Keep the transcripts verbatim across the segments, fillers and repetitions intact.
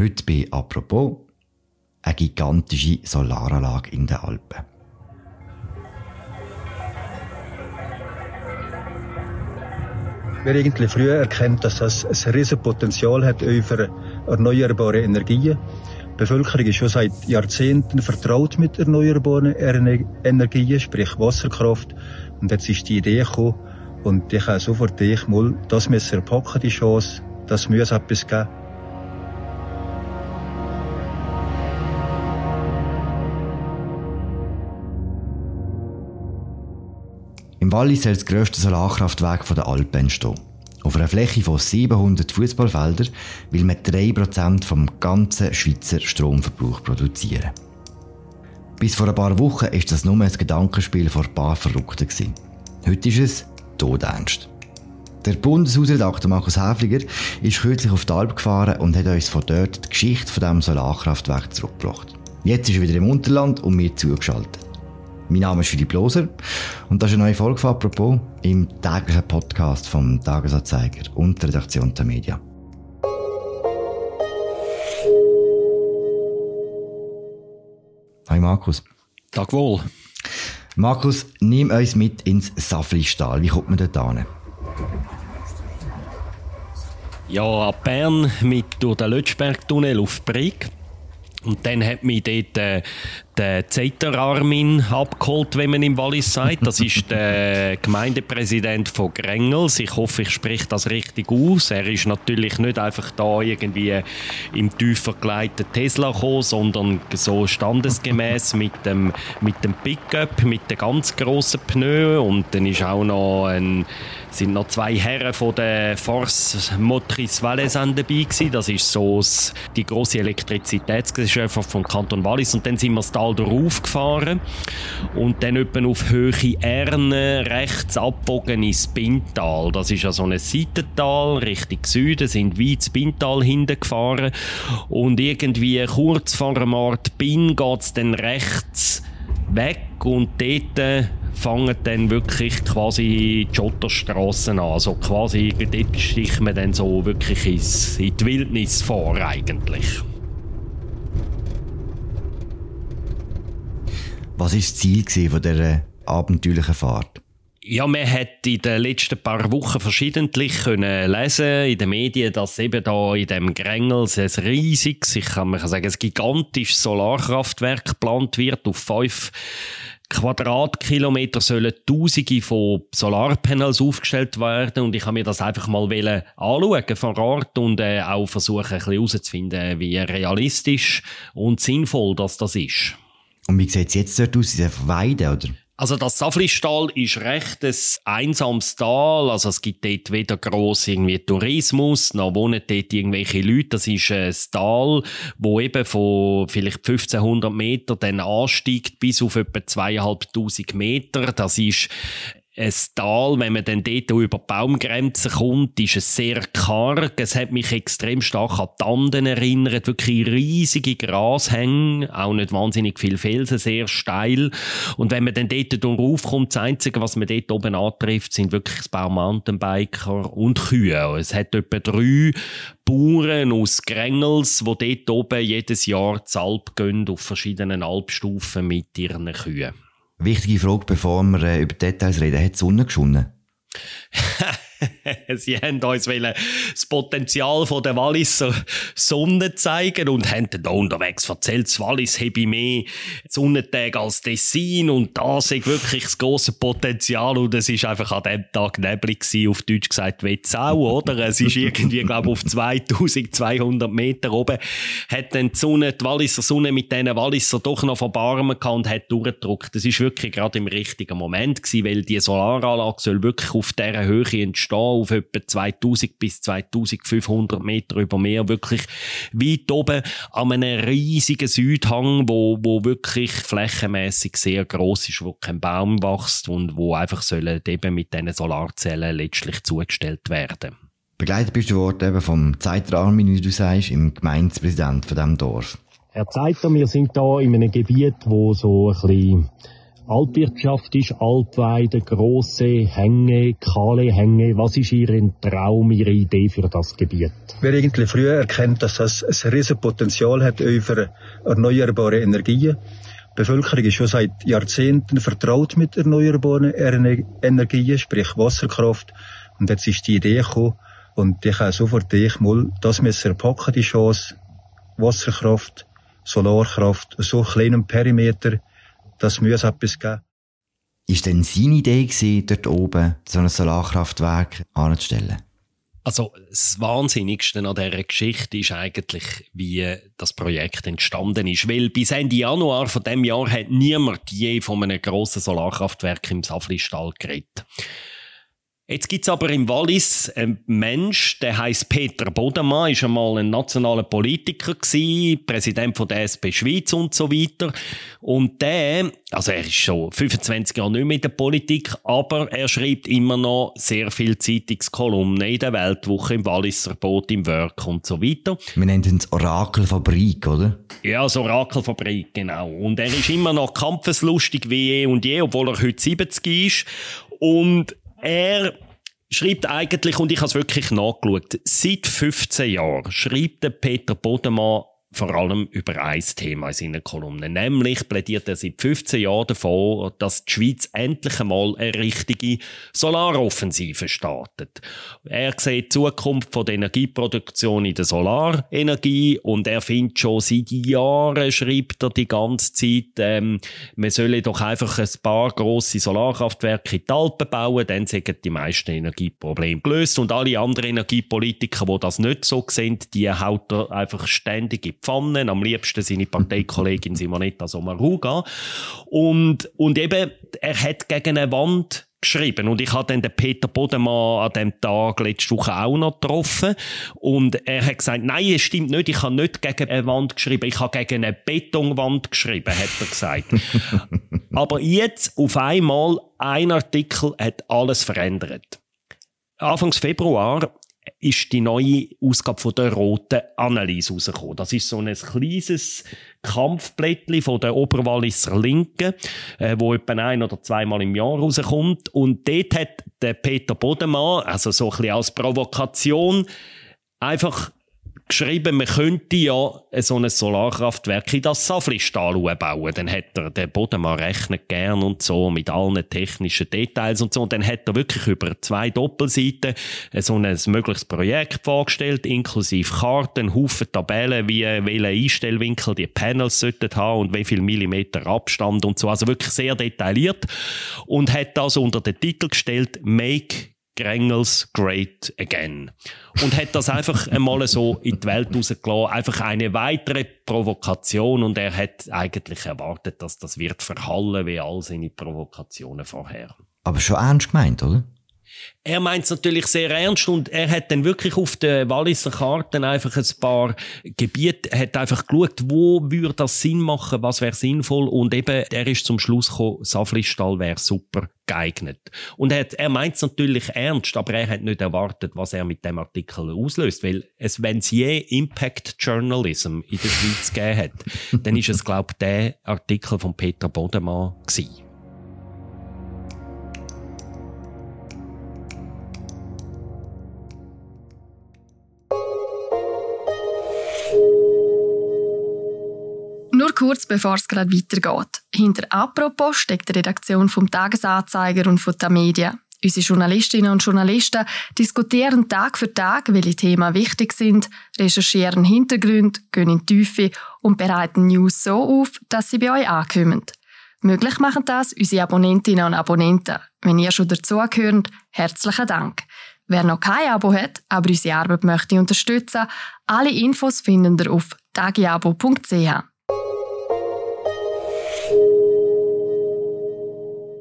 Heute bei «Apropos» eine gigantische Solaranlage in den Alpen. Wir haben irgendwie früher erkannt, dass das ein riesiges Potenzial hat für erneuerbare Energien. Die Bevölkerung ist schon seit Jahrzehnten vertraut mit erneuerbaren Energien, sprich Wasserkraft. Und jetzt ist die Idee gekommen und ich habe sofort gedacht, mal, das müssen wir packen, die Chance, das muss etwas geben. Im Wallis soll das grösste Solarkraftwerk der Alpen entstehen. Auf einer Fläche von siebenhundert Fußballfeldern will man drei Prozent vom ganzen Schweizer Stromverbrauch produzieren. Bis vor ein paar Wochen war das nur ein Gedankenspiel von ein paar Verrückten. Heute ist es todernst. Der Bundeshausredakteur Markus Häfliger ist kürzlich auf die Alp gefahren und hat uns von dort die Geschichte von diesem Solarkraftwerk zurückgebracht. Jetzt ist er wieder im Unterland und mir zugeschaltet. Mein Name ist Philipp Loser und das ist eine neue Folge von «Apropos» im täglichen Podcast vom Tagesanzeiger und der Redaktion der Media. Hi Markus. Tag wohl. Markus, nimm uns mit ins Saflistal. Wie kommt man dort hin? Ja, ab Bern mit durch den Lötschbergtunnel auf Brig. Und dann hat mich dort äh, der Zeiter Armin abgeholt, wenn man im Wallis sagt. Das ist der Gemeindepräsident von Grengels. Ich hoffe, ich spreche das richtig aus. Er ist natürlich nicht einfach da irgendwie im tiefer gelegten Tesla gekommen, sondern so standesgemäß mit dem, mit dem Pickup, mit den ganz grossen Pneu. Und dann ist auch noch ein, sind noch zwei Herren von der Force Motrice Valaisan dabei gewesen. Das ist so die grosse Elektrizitätsgesellschaft vom Kanton Wallis. Und dann sind wir das Tal durchgefahren und dann etwa auf Höhe Erne rechts abgebogen ins Bintal. Das ist ja so ein Seitental Richtung Süden, sind weit ins Bintal hingefahren und irgendwie kurz vor dem Ort Bin geht es dann rechts weg und dort fangen dann wirklich quasi die Schotterstrassen an. Also quasi dort sticht man dann so wirklich ins, in die Wildnis vor eigentlich. Was war das Ziel von dieser abenteuerlichen Fahrt? Ja, man hat in den letzten paar Wochen verschiedentlich können lesen in den Medien, dass eben da in dem Grengels ein riesiges, ich kann man sagen, ein gigantisches Solarkraftwerk geplant wird. Auf fünf Quadratkilometer sollen Tausende von Solarpanels aufgestellt werden und ich habe mir das einfach mal anschauen vor Ort und äh, auch versuchen, ein bisschen herauszufinden, wie realistisch und sinnvoll das, das ist. Und wie sieht es jetzt dort aus? Ist es einfach Weide, oder? Also das Saflistal ist recht ein einsames Tal. Also es gibt dort weder gross irgendwie Tourismus, noch wohnen dort irgendwelche Leute. Das ist ein Tal, wo eben von vielleicht fünfzehnhundert Meter dann ansteigt bis auf etwa zweitausendfünfhundert Meter. Das ist ein Tal, wenn man dann dort über die Baumgrenze kommt, ist es sehr karg. Es hat mich extrem stark an die Anden erinnert. Wirklich riesige Grashänge, auch nicht wahnsinnig viel Felsen, sehr steil. Und wenn man dann dort raufkommt, das Einzige, was man dort oben antrifft, sind wirklich ein paar Mountainbiker und Kühe. Es hat etwa drei Bauern aus Grengels, die dort oben jedes Jahr zur Alp gehen, auf verschiedenen Alpstufen mit ihren Kühen. Wichtige Frage, bevor wir äh, über Details reden. Hat die Sonne geschonnen? Sie haben uns das Potenzial von der Walliser Sonne zeigen und haben dann da unterwegs erzählt, das Wallis habe mehr Sonnentage als Tessin und da ist wirklich das grosse Potenzial und es war einfach an diesem Tag neblig gewesen, auf Deutsch gesagt, wie auch, oder? Es ist irgendwie, glaube ich, auf zweitausendzweihundert Meter oben, hat dann die Sonne, die Walliser Sonne mit diesen Walliser doch noch verbarmen gehabt und hat durchgedrückt. Das war wirklich gerade im richtigen Moment gewesen, weil die Solaranlage soll wirklich auf dieser Höhe entstehen, auf etwa zweitausend bis zweitausendfünfhundert Meter über Meer, wirklich weit oben an einem riesigen Südhang, wo, wo wirklich flächenmässig sehr gross ist, wo kein Baum wächst und wo einfach sollen eben mit diesen Solarzellen letztlich zugestellt werden. Begleitet bist du worden eben vom Zeiter Armin, wie du sagst, im Gemeindepräsident von diesem Dorf. Herr Zeiter, wir sind hier in einem Gebiet, wo so ein bisschen Alpwirtschaft ist Alpweide, grosse Hänge, kahle Hänge. Was ist Ihr Traum, Ihre Idee für das Gebiet? Wer irgendwie früher erkennt, dass das ein riesen Potenzial hat über erneuerbare Energien. Die Bevölkerung ist schon seit Jahrzehnten vertraut mit erneuerbaren Energien, sprich Wasserkraft. Und jetzt ist die Idee gekommen, und ich habe sofort ich mal, das müssen wir packen, die Chance, Wasserkraft, Solarkraft, so kleinem Perimeter, das muss etwas geben. Ist denn seine Idee gewesen, dort oben so ein Solarkraftwerk anzustellen? Also das Wahnsinnigste an dieser Geschichte ist eigentlich, wie das Projekt entstanden ist. Weil bis Ende Januar von diesem Jahr hat niemand je von einem grossen Solarkraftwerk im Saflistal geredet. Jetzt gibt es aber im Wallis einen Mensch, der heisst Peter Bodemann, ist einmal ein nationaler Politiker gewesen, Präsident von der S P Schweiz und so weiter. Und der, also er ist schon fünfundzwanzig Jahre nicht mehr in der Politik, aber er schreibt immer noch sehr viele Zeitungskolumnen in der Weltwoche, im Walliser Boot, im Work und so weiter. Wir nennen es Orakelfabrik, oder? Ja, das Orakelfabrik, genau. Und er ist immer noch kampfeslustig wie eh und je, obwohl er heute siebzig ist. Und er schreibt eigentlich, und ich habe es wirklich nachgeschaut, seit fünfzehn Jahren schreibt der Peter Bodemann vor allem über ein Thema in seinen Kolumnen. Nämlich plädiert er seit fünfzehn Jahren davon, dass die Schweiz endlich einmal eine richtige Solaroffensive startet. Er sieht die Zukunft von der Energieproduktion in der Solarenergie und er findet schon seit Jahren, schreibt er die ganze Zeit, ähm, man solle doch einfach ein paar grosse Solarkraftwerke in die Alpen bauen, dann sind die meisten Energieprobleme gelöst. Und alle anderen Energiepolitiker, die das nicht so sehen, die haut er einfach ständig in Pfannen, am liebsten seine Parteikollegin Simonetta Sommaruga. Und, und eben, er hat gegen eine Wand geschrieben. Und ich habe dann den Peter Bodemann an dem Tag letzte Woche auch noch getroffen. Und er hat gesagt, nein, es stimmt nicht, ich habe nicht gegen eine Wand geschrieben, ich habe gegen eine Betonwand geschrieben, hat er gesagt. Aber jetzt auf einmal, ein Artikel hat alles verändert. Anfangs Februar ist die neue Ausgabe von der Roten Analyse rausgekommen. Das ist so ein kleines Kampfblättchen von der Oberwalliser Linken, äh, wo etwa ein- oder zweimal im Jahr rauskommt. Und dort hat der Peter Bodemann, also so ein bisschen als Provokation, einfach geschrieben, man könnte ja so ein Solarkraftwerk in das Saflistal bauen. Dann hat er den Bodemann rechnet gern und so, mit allen technischen Details und so. Und dann hat er wirklich über zwei Doppelseiten so ein mögliches Projekt vorgestellt, inklusive Karten, Haufen Tabellen, wie welchen Einstellwinkel die Panels sollten haben und wie viel Millimeter Abstand und so. Also wirklich sehr detailliert. Und hat das unter den Titel gestellt, Make Grengels Great Again. Und hat das einfach einmal so in die Welt rausgelassen. Einfach eine weitere Provokation. Und er hat eigentlich erwartet, dass das wird verhallen wie all seine Provokationen vorher. Aber schon ernst gemeint, oder? Er meint es natürlich sehr ernst und er hat dann wirklich auf den Walliser Karten einfach ein paar Gebiete, hat einfach geschaut, wo würde das Sinn machen, was wäre sinnvoll und eben, er ist zum Schluss gekommen, Saflistal wäre super geeignet. Und er, hat, er meint es natürlich ernst, aber er hat nicht erwartet, was er mit dem Artikel auslöst, weil es, wenn es je Impact Journalism in der Schweiz gegeben hat, dann ist es, glaube ich, der Artikel von Peter Bodemann gewesen. Nur kurz, bevor es gerade weitergeht. Hinter «Apropos» steckt die Redaktion vom «Tagesanzeiger» und von «Tamedia». Unsere Journalistinnen und Journalisten diskutieren Tag für Tag, welche Themen wichtig sind, recherchieren Hintergründe, gehen in die Tiefe und bereiten News so auf, dass sie bei euch ankommen. Möglich machen das unsere Abonnentinnen und Abonnenten. Wenn ihr schon dazugehört, herzlichen Dank. Wer noch kein Abo hat, aber unsere Arbeit möchte unterstützen, alle Infos findet ihr auf tagiabo punkt c h.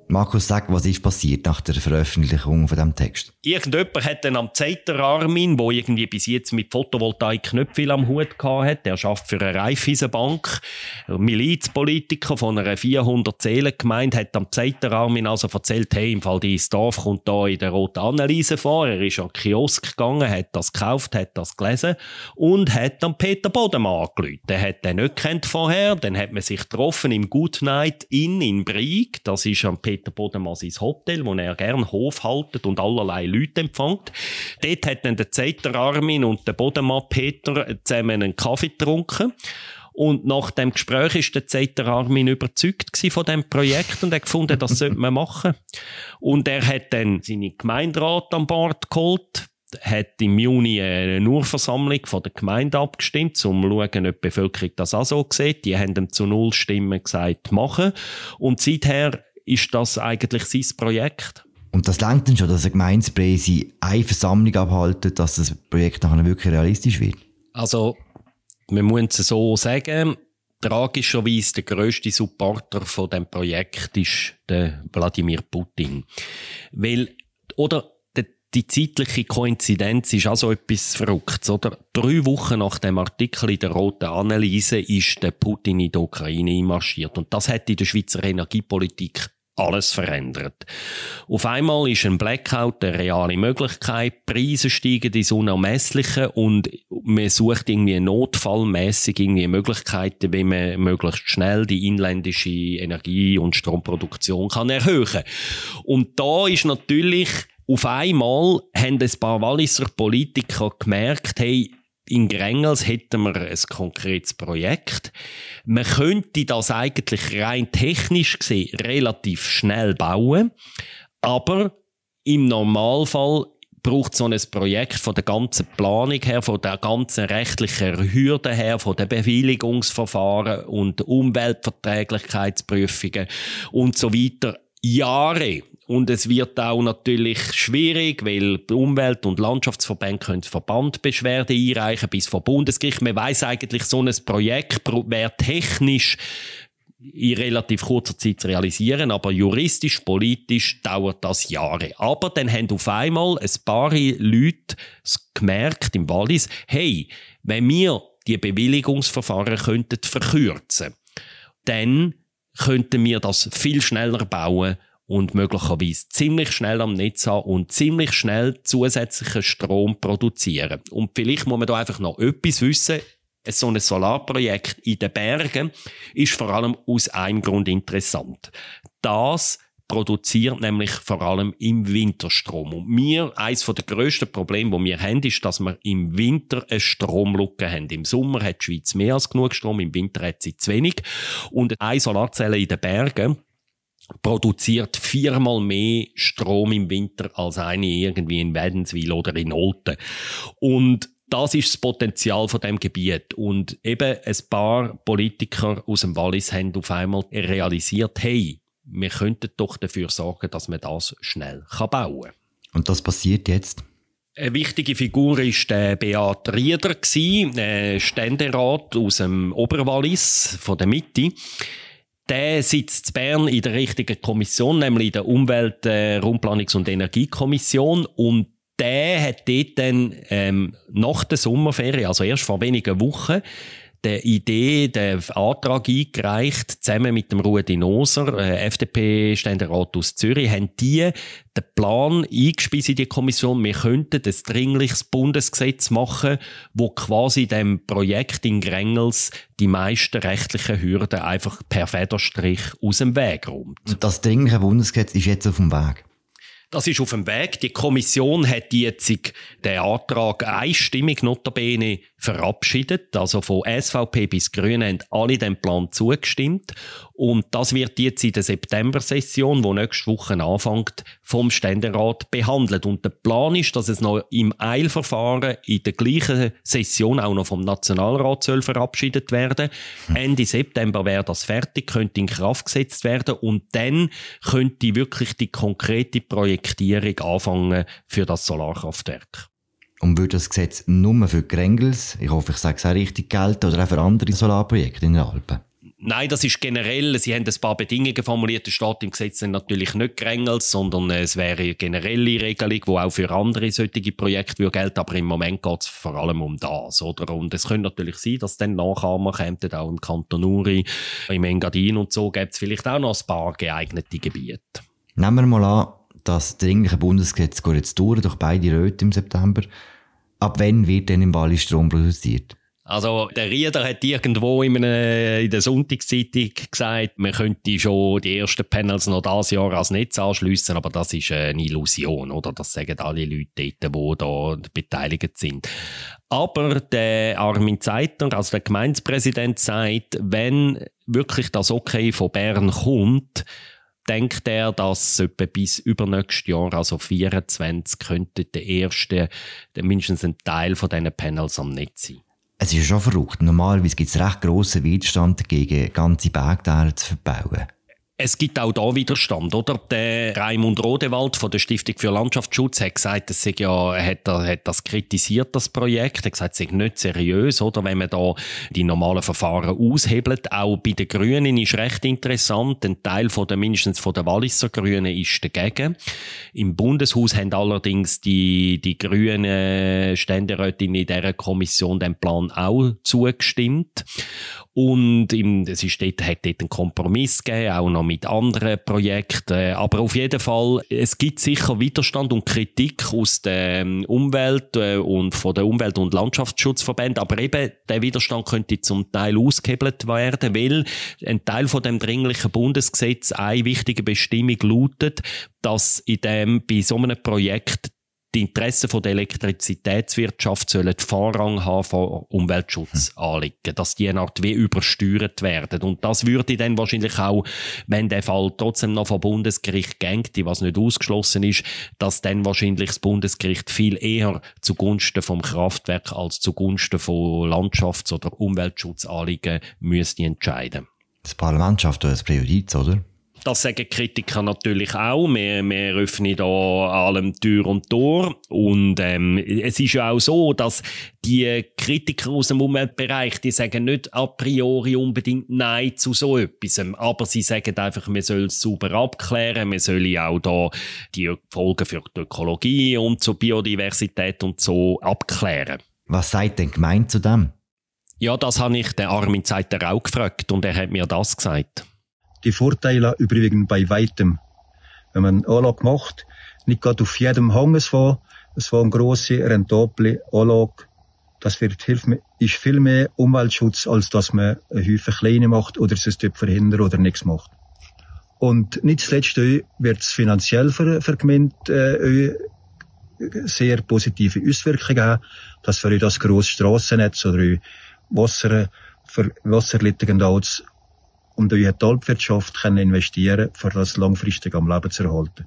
Markus, sag, was ist passiert nach der Veröffentlichung von diesem Text? Irgendjemand hat dann am Zeiter Armin, der irgendwie bis jetzt mit Photovoltaik nicht viel am Hut hatte, der arbeitet für eine Raiffeisenbank, Milizpolitiker von einer vierhundert-Seelen-Gemeinde, hat am Zeiter Armin also erzählt, hey, im Fall dieses Dorf kommt da in der Roten Anneliese vor. Er ist an den Kiosk gegangen, hat das gekauft, hat das gelesen und hat dann Peter Bodemann angerufen. Der hat den nicht gekannt vorher, dann hat man sich getroffen im Goodnight Inn in Brieg. Das ist am Peter Bodemann sein Hotel, wo er gerne Hof haltet und allerlei Leute empfängt. Dort hat dann der Zeiter Armin und der Bodemann Peter zusammen einen Kaffee getrunken. Und nach dem Gespräch ist der Zeiter Armin überzeugt von diesem Projekt und hat gefunden, das sollte man machen. Und er hat dann seine Gemeinderat an Bord geholt, hat im Juni eine Urversammlung von der Gemeinde abgestimmt, um zu schauen, ob die Bevölkerung das auch so sieht. Die haben ihm zu null Stimmen gesagt, machen. Und seither ist das eigentlich sein Projekt. Und das reicht dann schon, dass eine Gemeindepräse eine Versammlung abhalten, dass das Projekt nachher wirklich realistisch wird? Also, man muss es so sagen, tragischerweise der grösste Supporter von diesem Projekt ist der Wladimir Putin. Weil, oder die, die zeitliche Koinzidenz ist auch so etwas Verrücktes, oder? Drei Wochen nach dem Artikel in der Roten Anneliese ist der Putin in die Ukraine einmarschiert. Und das hat in der Schweizer Energiepolitik alles verändert. Auf einmal ist ein Blackout eine reale Möglichkeit, Preise steigen ins Unermessliche und man sucht irgendwie notfallmässig irgendwie Möglichkeiten, wie man möglichst schnell die inländische Energie- und Stromproduktion kann erhöhen. Und da ist natürlich auf einmal haben ein paar Walliser Politiker gemerkt, hey, in Grengels hätten wir ein konkretes Projekt. Man könnte das eigentlich rein technisch gesehen relativ schnell bauen, aber im Normalfall braucht so ein Projekt von der ganzen Planung her, von der ganzen rechtlichen Hürde her, von den Bewilligungsverfahren und Umweltverträglichkeitsprüfungen und so weiter Jahre. Und es wird auch natürlich schwierig, weil die Umwelt- und Landschaftsverbände können Verbandbeschwerden einreichen bis vor Bundesgericht. Man weiss eigentlich, so ein Projekt wäre technisch in relativ kurzer Zeit zu realisieren, aber juristisch, politisch dauert das Jahre. Aber dann haben auf einmal ein paar Leute gemerkt im Wallis, hey, wenn wir die Bewilligungsverfahren könnten verkürzen, dann könnten wir das viel schneller bauen und möglicherweise ziemlich schnell am Netz haben und ziemlich schnell zusätzlichen Strom produzieren. Und vielleicht muss man da einfach noch etwas wissen. So ein Solarprojekt in den Bergen ist vor allem aus einem Grund interessant. Das produziert nämlich vor allem im Winter Strom. Und wir, eines der grössten Probleme, die wir haben, ist, dass wir im Winter eine Stromlücke haben. Im Sommer hat die Schweiz mehr als genug Strom, im Winter hat sie zu wenig. Und eine Solarzelle in den Bergen produziert viermal mehr Strom im Winter als eine irgendwie in Wädenswil oder in Olten. Und das ist das Potenzial von dem Gebiet. Und eben ein paar Politiker aus dem Wallis haben auf einmal realisiert, hey, wir könnten doch dafür sorgen, dass man das schnell bauen kann. Und das passiert jetzt? Eine wichtige Figur war der Beat Rieder, ein Ständerat aus dem Oberwallis, von der Mitte. Der sitzt in Bern in der richtigen Kommission, nämlich in der Umwelt-, äh, Raumplanungs- und Energiekommission. Und der hat dort dann ähm, nach der Sommerferien, also erst vor wenigen Wochen, die Idee, den Antrag eingereicht, zusammen mit dem Rudi Noser, äh, F D P-Ständerat aus Zürich, haben die den Plan eingespielt in die Kommission, wir könnten ein dringliches Bundesgesetz machen, wo quasi dem Projekt in Grengels die meisten rechtlichen Hürden einfach per Federstrich aus dem Weg räumt. Und das dringliche Bundesgesetz ist jetzt auf dem Weg? Das ist auf dem Weg. Die Kommission hat jetzt den Antrag einstimmig notabene verabschiedet. Also von S V P bis Grüne haben alle dem Plan zugestimmt. Und das wird jetzt in der September-Session, die nächste Woche anfängt, vom Ständerat behandelt. Und der Plan ist, dass es noch im Eilverfahren in der gleichen Session auch noch vom Nationalrat soll verabschiedet werden. Hm. Ende September wäre das fertig, könnte in Kraft gesetzt werden und dann könnte wirklich die konkrete Projektierung anfangen für das Solarkraftwerk. Und würde das Gesetz nur für Grengels, ich hoffe, ich sage es auch richtig, gelten oder auch für andere Solarprojekte in den Alpen? Nein, das ist generell, sie haben ein paar Bedingungen formuliert, das steht im Gesetz dann natürlich nicht Grängels, sondern es wäre eine generelle Regelung, die auch für andere solche Projekte gelten, aber im Moment geht es vor allem um das, oder? Und es könnte natürlich sein, dass dann Nachahmer kommen, auch im Kanton Uri, im Engadin und so, gibt es vielleicht auch noch ein paar geeignete Gebiete. Nehmen wir mal an, das dringliche Bundesgesetz geht jetzt durch, durch beide Räte im September. Ab wann wird denn im Wallis Strom produziert? Also, der Rieder hat irgendwo in, einer, in der Sonntagszeitung gesagt, man könnte schon die ersten Panels noch dieses Jahr als Netz anschliessen, aber das ist eine Illusion, oder? Das sagen alle Leute dort, die da beteiligt sind. Aber der Armin Zeiter, also der Gemeindepräsident, sagt, wenn wirklich das Okay von Bern kommt, denkt er, dass etwa bis übernächstes Jahr, also vierundzwanzig, könnte der erste, mindestens ein Teil von diesen Panels am Netz sein. Es ist ja schon verrückt. Normalerweise gibt es recht grossen Widerstand dagegen, ganze Bergtäler zu verbauen. Es gibt auch da Widerstand, oder? Der Raimund Rodewald von der Stiftung für Landschaftsschutz hat gesagt, es sei ja, er hat, er hat das kritisiert, das Projekt. Er hat gesagt, es sei nicht seriös, oder? Wenn man da die normalen Verfahren aushebelt. Auch bei den Grünen ist recht interessant. Ein Teil von der, mindestens von der Walliser Grünen ist dagegen. Im Bundeshaus haben allerdings die, die grünen Ständerätinnen in dieser Kommission dem Plan auch zugestimmt. Und im, es ist dort, hat dort einen Kompromiss gegeben, auch noch mit anderen Projekten. Aber auf jeden Fall, es gibt sicher Widerstand und Kritik aus der Umwelt und von der Umwelt- und Landschaftsschutzverbänden. Aber eben, der Widerstand könnte zum Teil ausgehebelt werden, weil ein Teil von dem dringlichen Bundesgesetz eine wichtige Bestimmung lautet, dass in dem, bei so einem Projekt die Interessen von der Elektrizitätswirtschaft sollen Vorrang haben von Umweltschutzanliegen, dass die eine Art wie übersteuert werden. Und das würde dann wahrscheinlich auch, wenn der Fall trotzdem noch vom Bundesgericht gängt, was nicht ausgeschlossen ist, dass dann wahrscheinlich das Bundesgericht viel eher zugunsten vom Kraftwerk als zugunsten von Landschafts- oder Umweltschutzanliegen müsste entscheiden. Das Parlament schafft ja ein Präjudiz, oder? Das sagen Kritiker natürlich auch. Wir, wir öffnen da allem Tür und Tor. Und ähm, es ist ja auch so, dass die Kritiker aus dem Umweltbereich, die sagen nicht a priori unbedingt Nein zu so etwas. Aber sie sagen einfach, man soll es sauber abklären. Man soll ja auch da die Folgen für die Ökologie und zur Biodiversität und so abklären. Was sagt denn die Gemeinde zu dem? Ja, das habe ich den Armin Zeiter auch gefragt und er hat mir das gesagt. Die Vorteile überwiegen bei weitem. Wenn man Anlage macht, nicht gerade auf jedem Hang es war, es war eine grosse, rentable Anlage. Das wird, hilft, ist viel mehr Umweltschutz, als dass man eine Häufe kleine macht oder es dort verhindert oder nichts macht. Und nicht zuletzt wird es finanziell für, für die Gemeinde äh, sehr positive Auswirkungen haben, dass für das grosse Strassennetz oder Wasser, für Wasserleitungen als und in die Alpwirtschaft können investieren, um das langfristig am Leben zu erhalten.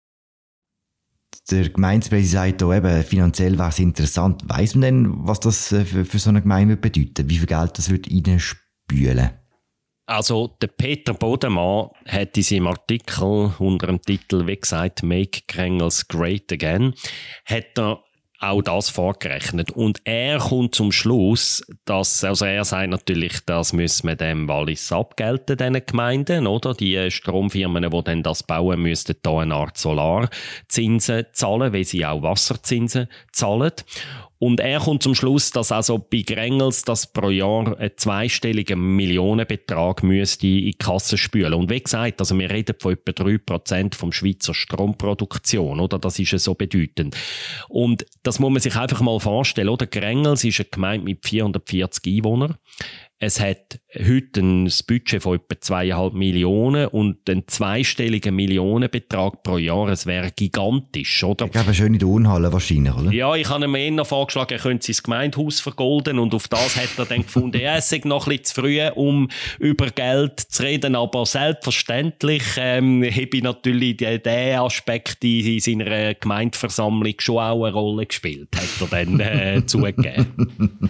Der Gemeindepräsident sagt auch eben, finanziell wäre es interessant. Weiss man denn, was das für, für so eine Gemeinde bedeuten? Wie viel Geld das wird reinspülen? Also, der Peter Bodemann hat in seinem Artikel unter dem Titel, wie gesagt, Make Grängels Great Again, hat er auch das vorgerechnet. Und er kommt zum Schluss, dass, also er sagt natürlich, das müssen wir dem Wallis abgelten, diesen Gemeinden, oder? Die Stromfirmen, die dann das bauen, müssten da eine Art Solarzinsen zahlen, weil sie auch Wasserzinsen zahlen. Und er kommt zum Schluss, dass also bei Grängels das pro Jahr einen zweistelligen Millionenbetrag müsste in die Kasse spülen. Und wie gesagt, also wir reden von etwa drei Prozent vom Schweizer Stromproduktion, oder? Das ist ja so bedeutend. Und das muss man sich einfach mal vorstellen, oder? Grängels ist eine Gemeinde mit vierhundertvierzig Einwohnern. Es hat heute ein Budget von etwa zweieinhalb Millionen und ein zweistelliger Millionenbetrag pro Jahr. Es wäre gigantisch, oder? Ich glaube, schön in der Urnhalle wahrscheinlich, oder? Ja, ich habe ihm eher vorgeschlagen, er könnte sein Gemeindehaus vergolden und auf das hat er dann gefunden, ja, es sei noch ein bisschen zu früh, um über Geld zu reden, aber selbstverständlich ähm, habe ich natürlich diesen Aspekt in seiner Gemeindeversammlung schon auch eine Rolle gespielt, hat er dann äh, zugegeben.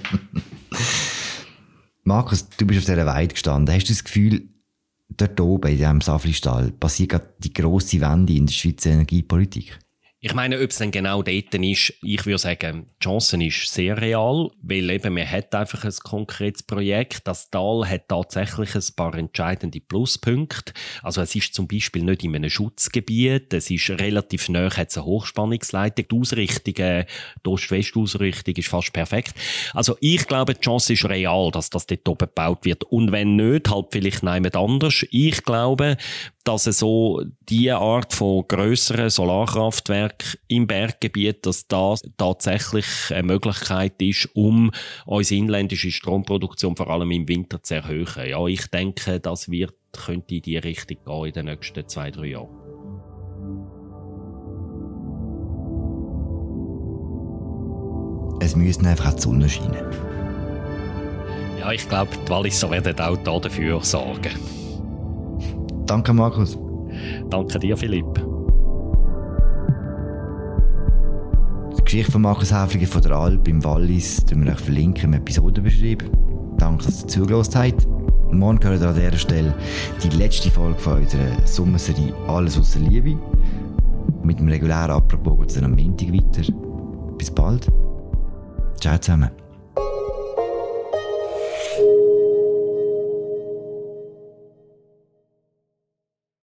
Markus, du bist auf dieser Weide gestanden. Hast du das Gefühl, dort oben in diesem Safristall passiert gerade die grosse Wende in der Schweizer Energiepolitik? Ich meine, ob es dann genau dort ist, ich würde sagen, die Chance ist sehr real, weil eben man hat einfach ein konkretes Projekt. Das Tal hat tatsächlich ein paar entscheidende Pluspunkte. Also es ist zum Beispiel nicht in einem Schutzgebiet, es ist relativ nahe, hat es eine Hochspannungsleitung, die Ausrichtung, die Ost-West-Ausrichtung ist fast perfekt. Also ich glaube, die Chance ist real, dass das dort oben gebaut wird. Und wenn nicht, halt vielleicht jemand anders. Ich glaube, dass es so diese Art von grösseren Solarkraftwerken im Berggebiet, dass das tatsächlich eine Möglichkeit ist, um unsere inländische Stromproduktion vor allem im Winter zu erhöhen. Ja, ich denke, das wird, könnte in diese Richtung gehen in den nächsten zwei, drei Jahren. Es müsste einfach auch die Sonne scheinen. Ja, ich glaube, die Walliser werden auch da dafür sorgen. Danke, Markus. Danke dir, Philipp. Die Geschichte von Markus Häfliger von der Alp im Wallis verlinken wir euch verlinken im Episodenbeschreibung. Danke, dass ihr zugehört habt. Morgen gehört an dieser Stelle die letzte Folge von unserer Sommerserie «Alles ausser Liebe». Mit dem regulären Apropos geht es dann am Montag weiter. Bis bald. Ciao zusammen.